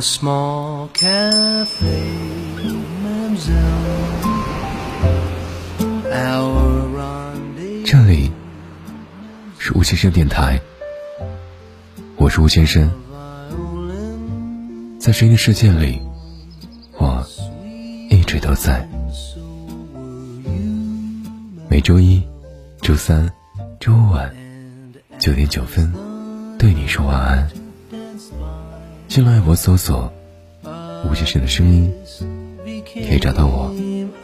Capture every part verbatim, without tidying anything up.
small cafe, Mademoiselle. Our rendezvous. 这里是吴先生电台，我是吴先生。在声音的世界里，我一直都在。每周一、周三、周五晚九点九分，对你说晚安。新浪微博搜索吴先生的声音，可以找到我。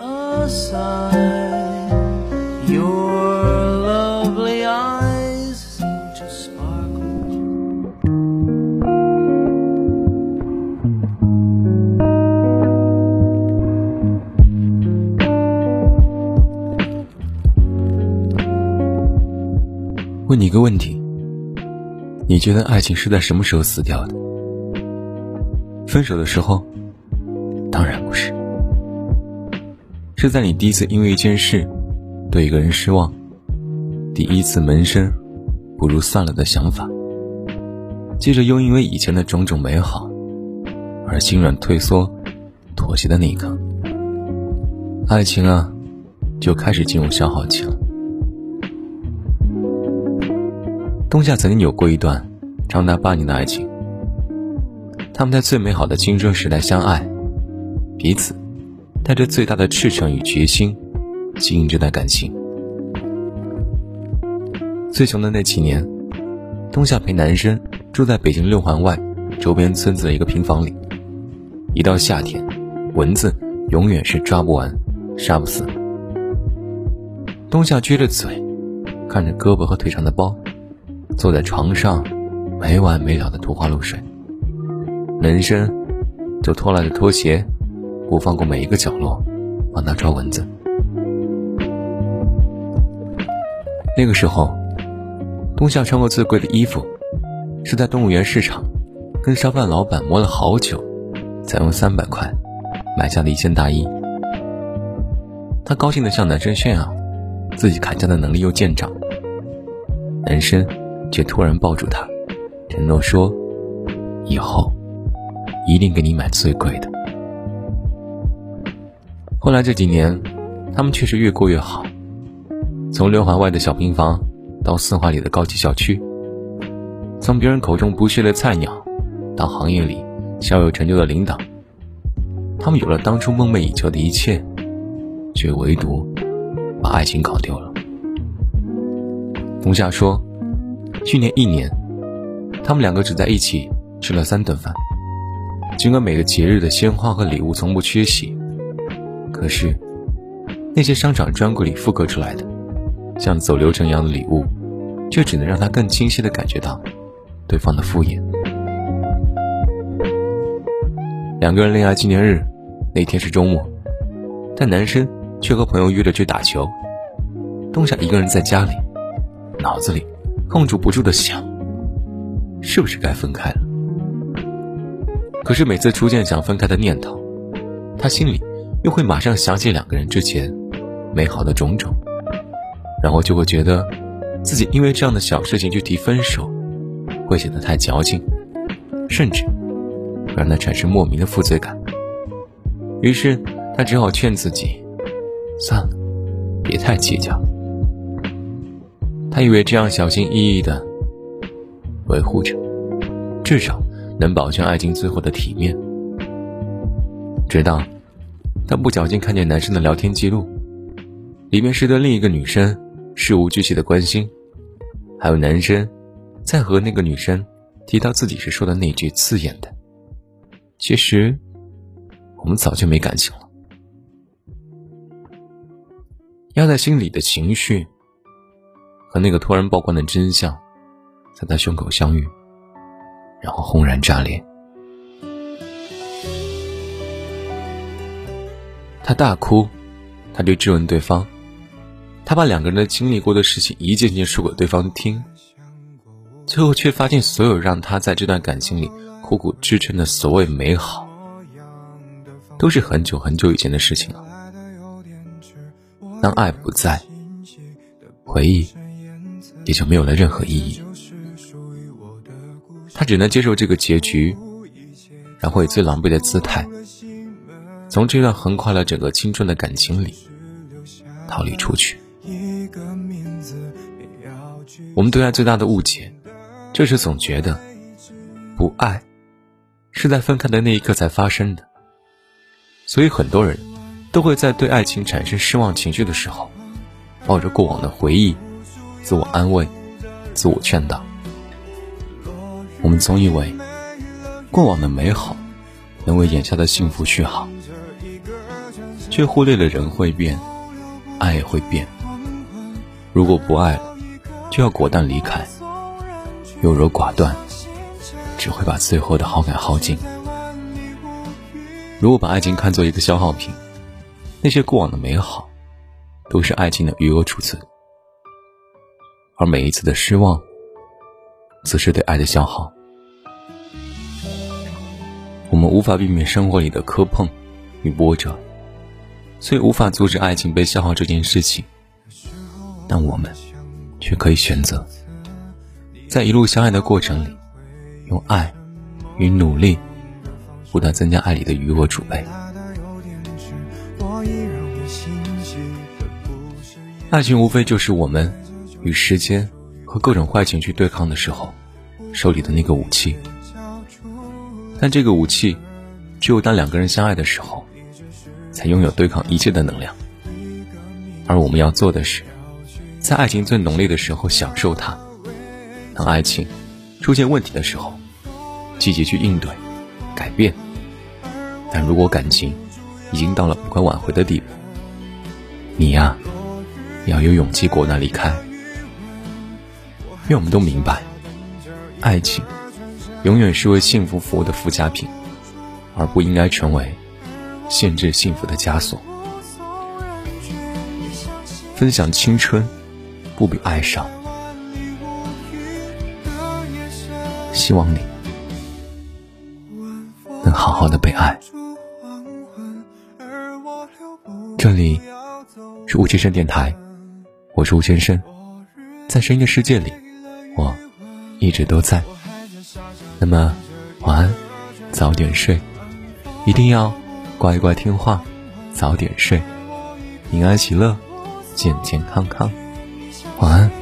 问你一个问题，你觉得爱情是在什么时候死掉的？分手的时候？当然不是，是在你第一次因为一件事对一个人失望，第一次萌生不如算了的想法，接着又因为以前的种种美好而心软退缩妥协的那一刻，爱情啊就开始进入消耗期了。冬夏曾经有过一段长达八年的爱情，他们在最美好的青春时代相爱，彼此带着最大的赤诚与决心经营这段感情。最穷的那几年，冬夏陪男生住在北京六环外周边村子的一个平房里，一到夏天，蚊子永远是抓不完杀不死。冬夏撅着嘴看着胳膊和腿上的包，坐在床上没完没了的吐花露水，男生就拖拉着拖鞋不放过每一个角落帮他抓蚊子。那个时候，冬夏穿过最贵的衣服，是在动物园市场跟烧饭老板磨了好久才用三百块买下的一件大衣。他高兴地向男生炫耀自己砍价的能力又见长，男生却突然抱住他，承诺说以后一定给你买最贵的。后来这几年他们确实越过越好，从六环外的小平房到四环里的高级小区，从别人口中不屑的菜鸟到行业里小有成就的领导，他们有了当初梦寐以求的一切，却唯独把爱情搞丢了。冬夏说，去年一年他们两个只在一起吃了三顿饭，尽管每个节日的鲜花和礼物从不缺席，可是那些商场专柜里复刻出来的像走流程一样的礼物，却只能让他更清晰地感觉到对方的敷衍。两个人恋爱纪念日那天是周末，但男生却和朋友约着去打球，冬夏一个人在家里，脑子里控制不住地想，是不是该分开了？可是每次出现想分开的念头，他心里又会马上想起两个人之前美好的种种，然后就会觉得自己因为这样的小事情去提分手会显得太矫情，甚至会让他产生莫名的负罪感。于是他只好劝自己算了，别太计较。他以为这样小心翼翼地维护着，至少能保全爱情最后的体面。直到他不小心看见男生的聊天记录，里面是对另一个女生事无巨细的关心，还有男生在和那个女生提到自己时说的那句刺眼的其实我们早就没感情了。压在心里的情绪和那个突然曝光的真相在他胸口相遇，然后轰然炸裂。他大哭，他对质问对方，他把两个人的经历过的事情一件件说给对方听，最后却发现所有让他在这段感情里苦苦支撑的所谓美好，都是很久很久以前的事情了。当爱不在，回忆也就没有了任何意义。他只能接受这个结局， 然后以最狼狈的姿态，从这段横跨了整个青春的感情里逃离出去。我们对爱最大的误解，就是总觉得不爱是在分开的那一刻才发生的，所以很多人都会在对爱情产生失望情绪的时候，抱着过往的回忆，自我安慰，自我劝导。我们总以为过往的美好能为眼下的幸福续航，却忽略了人会变，爱也会变。如果不爱了，就要果断离开，优柔寡断只会把最后的好感耗尽。如果把爱情看作一个消耗品，那些过往的美好都是爱情的余额储存，而每一次的失望则是对爱的消耗。我们无法避免生活里的磕碰与波折，所以无法阻止爱情被消耗这件事情，但我们却可以选择在一路相爱的过程里，用爱与努力不断增加爱里的余额储备。爱情无非就是我们与时间和各种坏情绪对抗的时候手里的那个武器，但这个武器只有当两个人相爱的时候才拥有对抗一切的能量。而我们要做的是在爱情最浓烈的时候享受它，当爱情出现问题的时候积极去应对改变。但如果感情已经到了无可挽回的地步，你呀要有勇气果断离开。因为我们都明白，爱情永远是为幸福服务的附加品，而不应该成为限制幸福的枷锁。分享青春不比爱少，希望你能好好的被爱。这里是吴先生电台，我是吴先生，在声音的世界里，我一直都在。那么晚安，早点睡，一定要乖乖听话，早点睡，平安喜乐，健健康康，晚安。